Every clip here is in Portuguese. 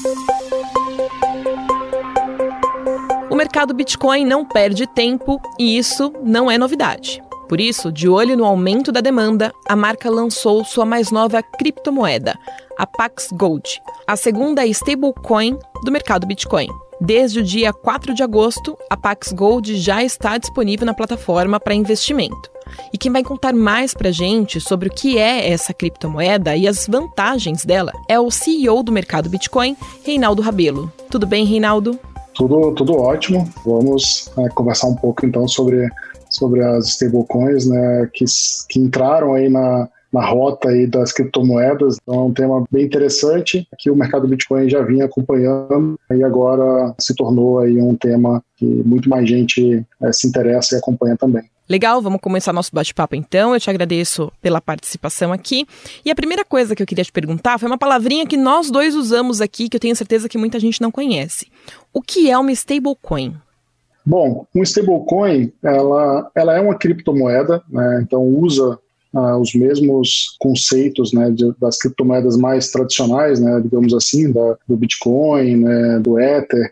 O mercado Bitcoin não perde tempo e isso não é novidade. Por isso, de olho no aumento da demanda, a marca lançou sua mais nova criptomoeda, a Pax Gold, a segunda stablecoin do mercado Bitcoin. Desde o dia 4 de agosto, a Pax Gold já está disponível na plataforma para investimento. E quem vai contar mais para a gente sobre o que é essa criptomoeda e as vantagens dela é o CEO do mercado Bitcoin, Reinaldo Rabelo. Tudo bem, Reinaldo? Tudo ótimo. Vamos conversar um pouco então sobre as stablecoins, né, que entraram aí na rota aí das criptomoedas. Então é um tema bem interessante que o mercado Bitcoin já vinha acompanhando e agora se tornou aí um tema que muito mais gente se interessa e acompanha também. Legal, vamos começar nosso bate-papo então. Eu te agradeço pela participação aqui. E a primeira coisa que eu queria te perguntar foi uma palavrinha que nós dois usamos aqui, que eu tenho certeza que muita gente não conhece. O que é uma stablecoin? Bom, um stablecoin, ela é uma criptomoeda, né, então usa os mesmos conceitos, né, das criptomoedas mais tradicionais, né, digamos assim, do Bitcoin, né, do Ether,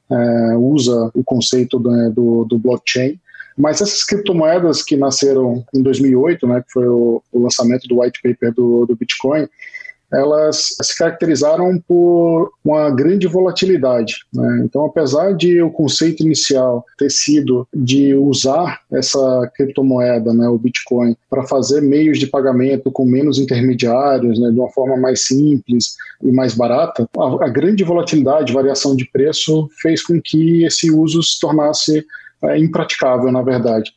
usa o conceito do blockchain. Mas essas criptomoedas que nasceram em 2008, né, que foi o lançamento do white paper do Bitcoin, elas se caracterizaram por uma grande volatilidade, né? Então, apesar de o conceito inicial ter sido de usar essa criptomoeda, né, o Bitcoin, para fazer meios de pagamento com menos intermediários, né, de uma forma mais simples e mais barata, a grande volatilidade, variação de preço, fez com que esse uso se tornasse impraticável, na verdade.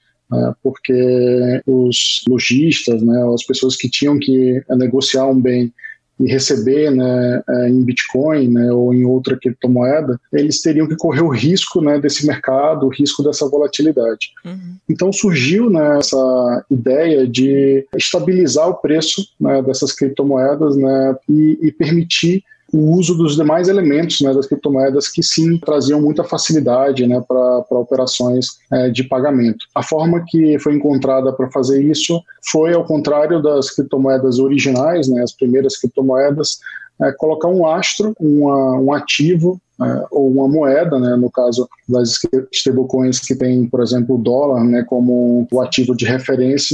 Porque os lojistas, né, as pessoas que tinham que negociar um bem e receber, né, em Bitcoin, né, ou em outra criptomoeda, eles teriam que correr o risco, né, desse mercado, o risco dessa volatilidade. Uhum. Então surgiu, né, essa ideia de estabilizar o preço, né, dessas criptomoedas, né, e permitir o uso dos demais elementos, né, das criptomoedas que sim traziam muita facilidade, né, para operações de pagamento. A forma que foi encontrada para fazer isso foi, ao contrário das criptomoedas originais, né, as primeiras criptomoedas, colocar um lastro, um ativo ou uma moeda, né, no caso das stablecoins que tem, por exemplo, o dólar, né, como o ativo de referência,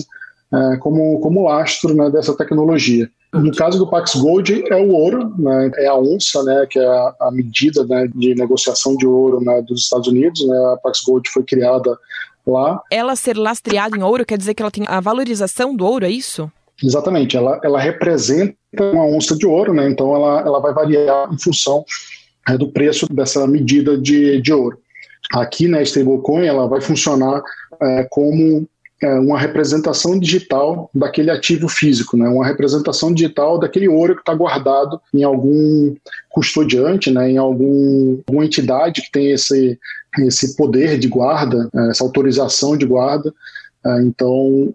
como lastro, né, dessa tecnologia. No caso do Pax Gold é o ouro, né, é a onça, né, que é a medida, né, de negociação de ouro, né, dos Estados Unidos, né, a Pax Gold foi criada lá. Ela ser lastreada em ouro quer dizer que ela tem a valorização do ouro, é isso? Exatamente, ela representa uma onça de ouro, né, então ela vai variar em função do preço dessa medida de ouro. Aqui, né, a stablecoin ela vai funcionar como uma representação digital daquele ativo físico, né? Uma representação digital daquele ouro que está guardado em algum custodiante, né? Em alguma entidade que tem esse poder de guarda, essa autorização de guarda. Então,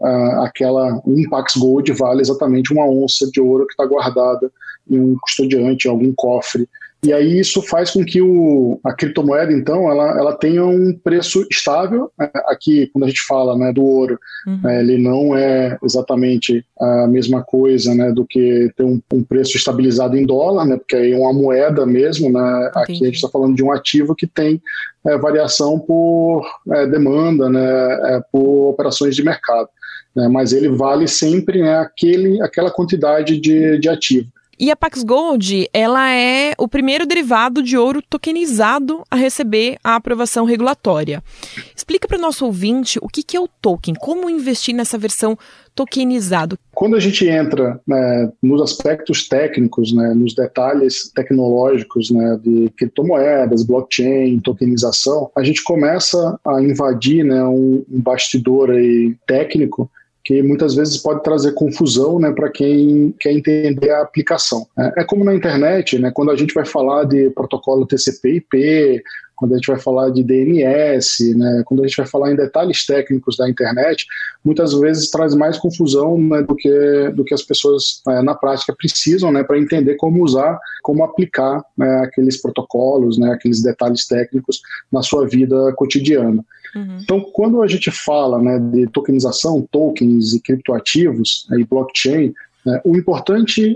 um Pax Gold vale exatamente uma onça de ouro que está guardada em um custodiante, em algum cofre. E aí isso faz com que a criptomoeda, então, ela tenha um preço estável. Aqui, quando a gente fala, né, do ouro, ele não é exatamente a mesma coisa, né, do que ter um preço estabilizado em dólar, né, porque aí é uma moeda mesmo, né. Aqui a gente está falando de um ativo que tem variação por demanda, né, por operações de mercado, né, mas ele vale sempre, né, aquela quantidade de ativo. E a Pax Gold, ela é o primeiro derivado de ouro tokenizado a receber a aprovação regulatória. Explica para o nosso ouvinte o que é o token, como investir nessa versão tokenizada. Quando a gente entra, né, nos aspectos técnicos, né, nos detalhes tecnológicos, né, de criptomoedas, blockchain, tokenização, a gente começa a invadir, né, um bastidor aí técnico que muitas vezes pode trazer confusão, né, para quem quer entender a aplicação. É como na internet, né, quando a gente vai falar de protocolo TCP/IP, quando a gente vai falar de DNS, né, quando a gente vai falar em detalhes técnicos da internet, muitas vezes traz mais confusão, né, do que as pessoas na prática precisam, né, para entender como usar, como aplicar, né, aqueles protocolos, né, aqueles detalhes técnicos na sua vida cotidiana. Uhum. Então, quando a gente fala, né, de tokenização, tokens e criptoativos, e blockchain, o importante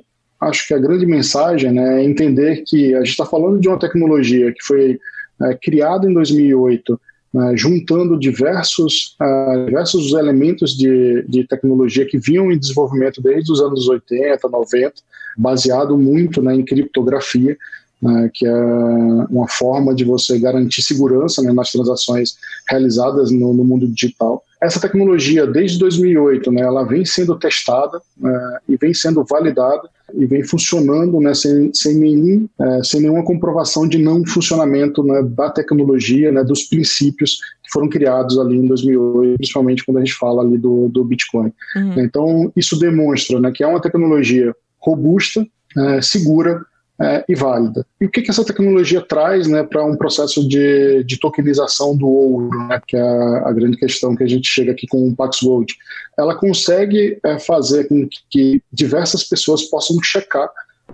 acho que a grande mensagem, né, é entender que a gente está falando de uma tecnologia que foi criada em 2008, juntando diversos elementos de tecnologia que vinham em desenvolvimento desde os anos 80, 90, baseado muito, né, em criptografia, que é uma forma de você garantir segurança, né, nas transações realizadas no mundo digital. Essa tecnologia, desde 2008, né, ela vem sendo testada e vem sendo validada e vem funcionando, né, sem nenhuma comprovação de não funcionamento, né, da tecnologia, né, dos princípios que foram criados ali em 2008, principalmente quando a gente fala ali do Bitcoin. Então, isso demonstra, né, que é uma tecnologia robusta, segura, e válida. E o que essa tecnologia traz, né, para um processo de tokenização do ouro, né, que é a grande questão que a gente chega aqui com o Pax Gold? Ela consegue fazer com que diversas pessoas possam checar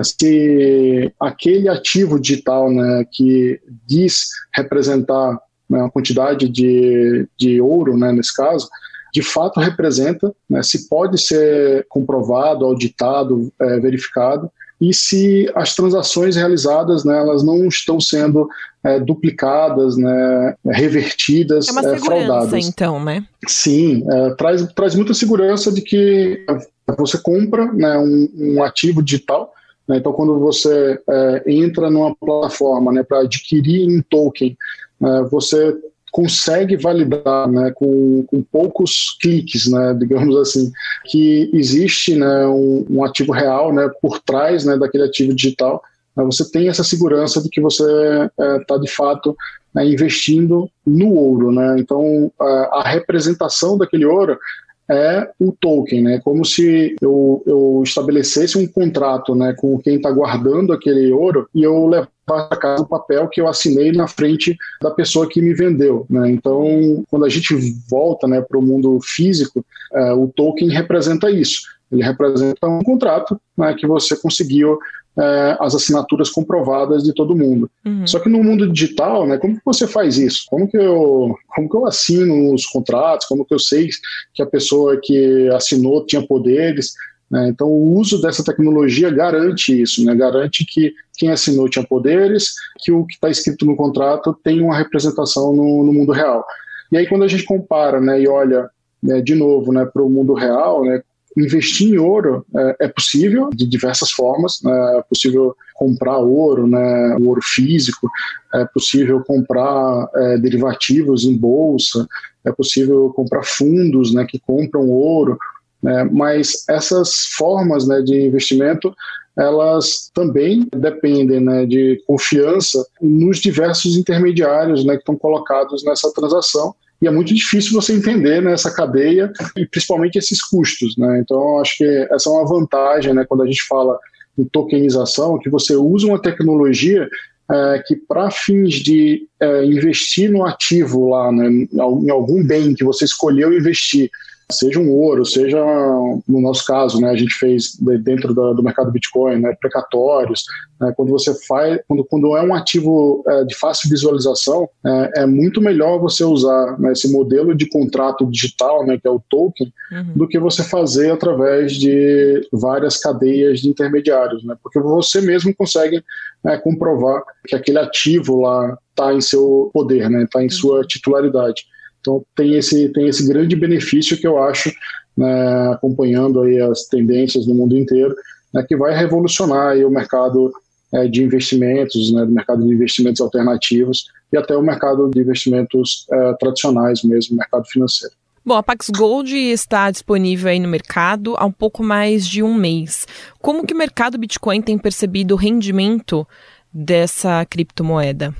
se aquele ativo digital, né, que diz representar, né, uma quantidade de ouro, né, nesse caso, de fato representa, né, se pode ser comprovado, auditado, verificado, e se as transações realizadas, né, elas não estão sendo duplicadas, né, revertidas, fraudadas. É uma segurança, então, né? Sim, traz muita segurança de que você compra, né, um ativo digital, né, então quando você entra numa plataforma, né, para adquirir um token, você consegue validar, né, com poucos cliques, né, digamos assim, que existe, né, um ativo real, né, por trás, né, daquele ativo digital. Você tem essa segurança de que você está, de fato, investindo no ouro, né? Então, a representação daquele ouro é o token, né? Como se eu estabelecesse um contrato, né, com quem está guardando aquele ouro e eu levar para casa o papel que eu assinei na frente da pessoa que me vendeu, né? Então, quando a gente volta, né, para o mundo físico, o token representa isso. Ele representa um contrato, né, que você conseguiu as assinaturas comprovadas de todo mundo. Só que no mundo digital, né, como que você faz isso? Como que eu assino os contratos? Como que eu sei que a pessoa que assinou tinha poderes? Então, o uso dessa tecnologia garante isso, né? Garante que quem assinou tinha poderes, que o que está escrito no contrato tem uma representação no mundo real. E aí, quando a gente compara, né, e olha, né, de novo, né, para o mundo real, né, investir em ouro é possível de diversas formas, né? É possível comprar ouro, né, o ouro físico, é possível comprar derivativos em bolsa, é possível comprar fundos, né, que compram ouro, mas essas formas, né, de investimento, elas também dependem, né, de confiança nos diversos intermediários, né, que estão colocados nessa transação. E é muito difícil você entender, né, essa cadeia e principalmente esses custos, né? Então, acho que essa é uma vantagem, né, quando a gente fala em tokenização, que você usa uma tecnologia que, para fins de investir no ativo lá, né, em algum bem que você escolheu investir, seja um ouro, seja, no nosso caso, né, a gente fez dentro do mercado Bitcoin, né, precatórios, né, quando você faz, quando é um ativo de fácil visualização, é muito melhor você usar, né, esse modelo de contrato digital, né, que é o token, do que você fazer através de várias cadeias de intermediários, né, porque você mesmo consegue comprovar que aquele ativo lá está em seu poder, né, está em sua titularidade. Então tem esse grande benefício que eu acho, né, acompanhando aí as tendências no mundo inteiro, né, que vai revolucionar aí o mercado de investimentos, né, do mercado de investimentos alternativos e até o mercado de investimentos tradicionais mesmo, mercado financeiro. Bom, a Pax Gold está disponível aí no mercado há um pouco mais de um mês. Como que o mercado Bitcoin tem percebido o rendimento dessa criptomoeda?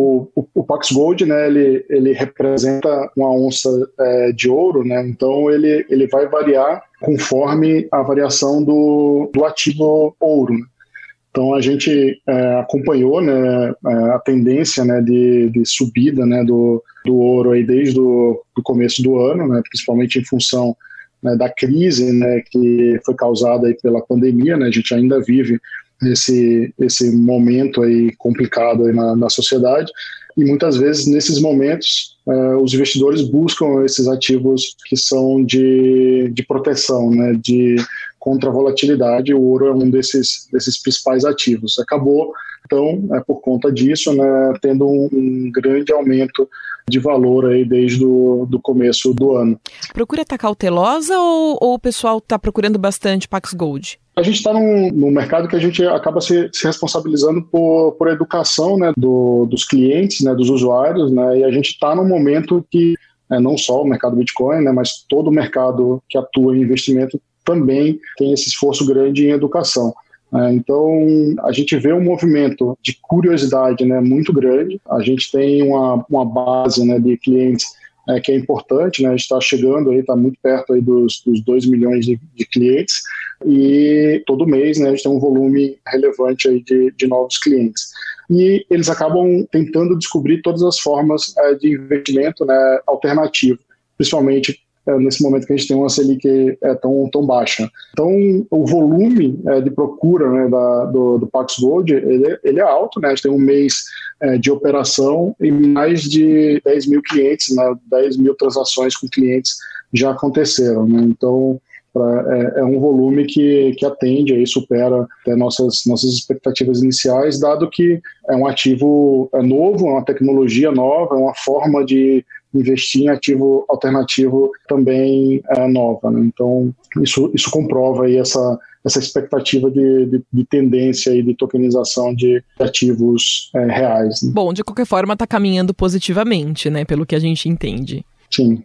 O Pax Gold, né, ele representa uma onça de ouro, né, então ele vai variar conforme a variação do ativo ouro, né. Então a gente acompanhou, né, a tendência, né, de subida, né, do ouro aí desde o começo do ano, né, principalmente em função, né, da crise, né, que foi causada aí pela pandemia, né, a gente ainda vive esse momento aí complicado aí na sociedade, E muitas vezes, nesses momentos, os investidores buscam esses ativos que são de proteção, né, contra a volatilidade. O ouro é um desses principais ativos. Acabou, então, por conta disso, né, tendo um grande aumento de valor aí desde do começo do ano. Procura estar cautelosa ou o pessoal está procurando bastante Pax Gold? A gente está num mercado que a gente acaba se responsabilizando por educação, né, dos clientes, né, dos usuários, né, e a gente está num momento que não só o mercado Bitcoin, né, mas todo o mercado que atua em investimento também tem esse esforço grande em educação. Então, a gente vê um movimento de curiosidade, né, muito grande. A gente tem uma base, né, de clientes que é importante, né, a gente está chegando, está muito perto aí dos 2 milhões de clientes, e todo mês, né, a gente tem um volume relevante aí de novos clientes. E eles acabam tentando descobrir todas as formas de investimento, né, alternativo, principalmente nesse momento que a gente tem uma Selic tão baixa. Então, o volume de procura, né, do Pax Gold, ele é alto, né? A gente tem um mês de operação e mais de 10 mil clientes, né? 10 mil transações com clientes já aconteceram, né? Então, é um volume que atende e supera até nossas expectativas iniciais, dado que é um ativo novo, é uma tecnologia nova, é uma forma de investir em ativo alternativo também nova, né? Então, isso comprova aí essa expectativa de tendência e de tokenização de ativos reais, né? Bom, de qualquer forma, está caminhando positivamente, né, pelo que a gente entende. Sim.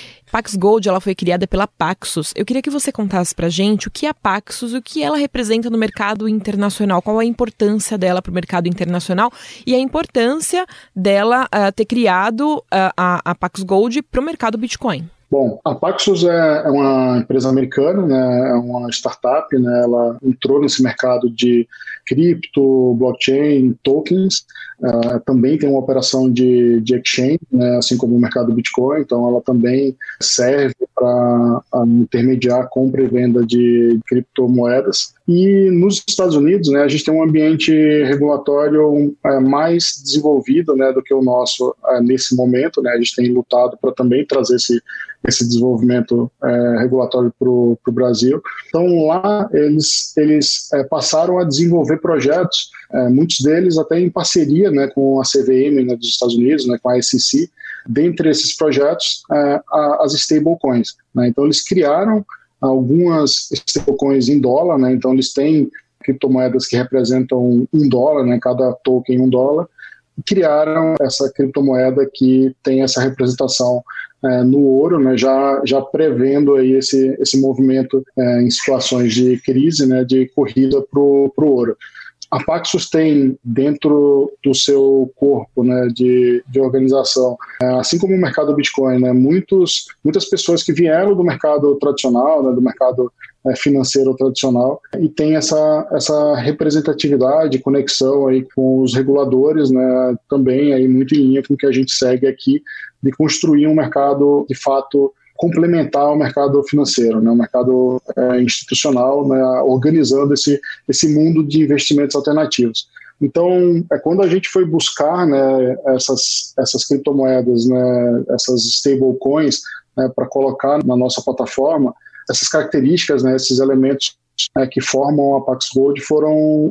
Pax Gold, ela foi criada pela Paxos. Eu queria que você contasse pra gente o que é a Paxos e o que ela representa no mercado internacional, qual a importância dela para o mercado internacional e a importância dela ter criado a Pax Gold para o mercado Bitcoin. Bom, a Paxos é uma empresa americana, né, é uma startup, né, ela entrou nesse mercado de cripto, blockchain, tokens, também tem uma operação de exchange, né, assim como o mercado Bitcoin, então ela também serve para intermediar a compra e venda de criptomoedas. E nos Estados Unidos, né, a gente tem um ambiente regulatório mais desenvolvido, né, do que o nosso nesse momento, né, a gente tem lutado para também trazer esse desenvolvimento regulatório para o Brasil. Então, lá eles passaram a desenvolver projetos, muitos deles até em parceria, né, com a CVM, né, dos Estados Unidos, né, com a SEC, dentre esses projetos, as stablecoins, né? Então, eles criaram algumas stablecoins em dólar, né? Então, eles têm criptomoedas que representam $1, né, cada token $1, e criaram essa criptomoeda que tem essa representação no ouro, né, já prevendo aí esse movimento em situações de crise, né, de corrida para o ouro. A Paxos tem dentro do seu corpo, né, de organização, assim como o mercado Bitcoin, né, muitas pessoas que vieram do mercado tradicional, né, do mercado financeiro tradicional, e tem essa representatividade, conexão aí com os reguladores, né, também aí muito em linha com o que a gente segue aqui, de construir um mercado de fato complementar ao mercado financeiro, né, o mercado institucional, né, organizando esse mundo de investimentos alternativos. Então, quando a gente foi buscar, né, essas criptomoedas, né, essas stablecoins, né, para colocar na nossa plataforma, essas características, né, esses elementos que formam a Pax Gold foram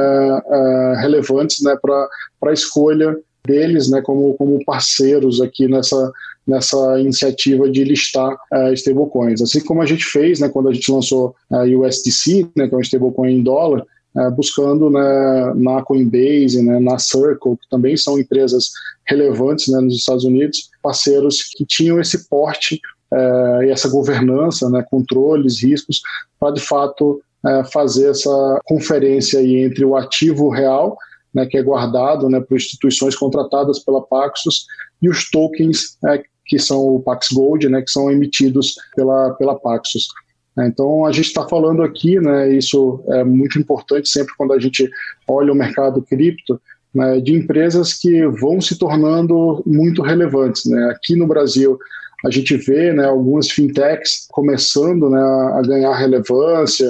relevantes, né, para a escolha deles, né, como parceiros aqui nessa iniciativa de listar stablecoins. Assim como a gente fez, né, quando a gente lançou a USDC, né, que é um stablecoin em dólar, buscando, né, na Coinbase, né, na Circle, que também são empresas relevantes, né, nos Estados Unidos, parceiros que tinham esse porte e essa governança, né, controles, riscos, para de fato fazer essa conferência aí entre o ativo real, né, que é guardado, né, por instituições contratadas pela Paxos, e os tokens que são o Pax Gold, né, que são emitidos pela Paxos. Então, a gente está falando aqui, né, isso é muito importante sempre quando a gente olha o mercado cripto, né, de empresas que vão se tornando muito relevantes, né. Aqui no Brasil, a gente vê, né, algumas fintechs começando, né, a ganhar relevância,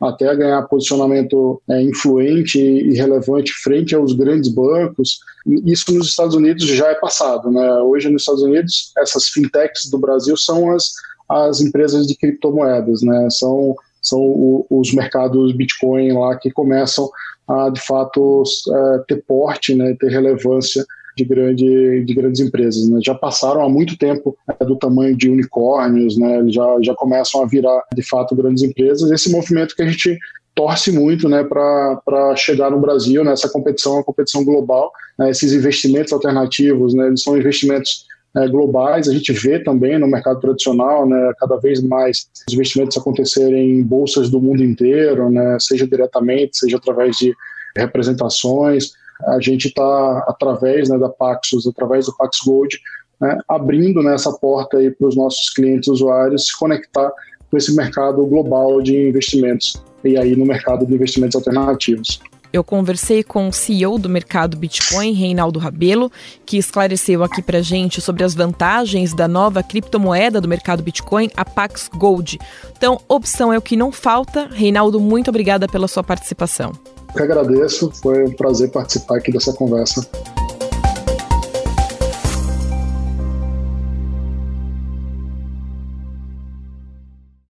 até a ganhar posicionamento influente e relevante frente aos grandes bancos. Isso nos Estados Unidos já é passado, né? Hoje nos Estados Unidos, essas fintechs do Brasil são as empresas de criptomoedas, né? São os mercados Bitcoin lá que começam a, de fato, ter porte, né, ter relevância de grandes empresas, né? Já passaram há muito tempo do tamanho de unicórnios, né? Já começam a virar, de fato, grandes empresas. Esse movimento que a gente torce muito, né, para chegar no Brasil nessa competição, uma competição global, né? Esses investimentos alternativos, né, eles são investimentos globais. A gente vê também no mercado tradicional, né, cada vez mais os investimentos acontecerem em bolsas do mundo inteiro, né, seja diretamente, seja através de representações. A gente está, através, né, da Paxos, através do Pax Gold, né, abrindo, né, essa porta para os nossos clientes usuários se conectar com esse mercado global de investimentos e aí no mercado de investimentos alternativos. Eu conversei com o CEO do mercado Bitcoin, Reinaldo Rabelo, que esclareceu aqui pra gente sobre as vantagens da nova criptomoeda do mercado Bitcoin, a Pax Gold. Então, opção é o que não falta. Reinaldo, muito obrigada pela sua participação. Eu que agradeço, foi um prazer participar aqui dessa conversa.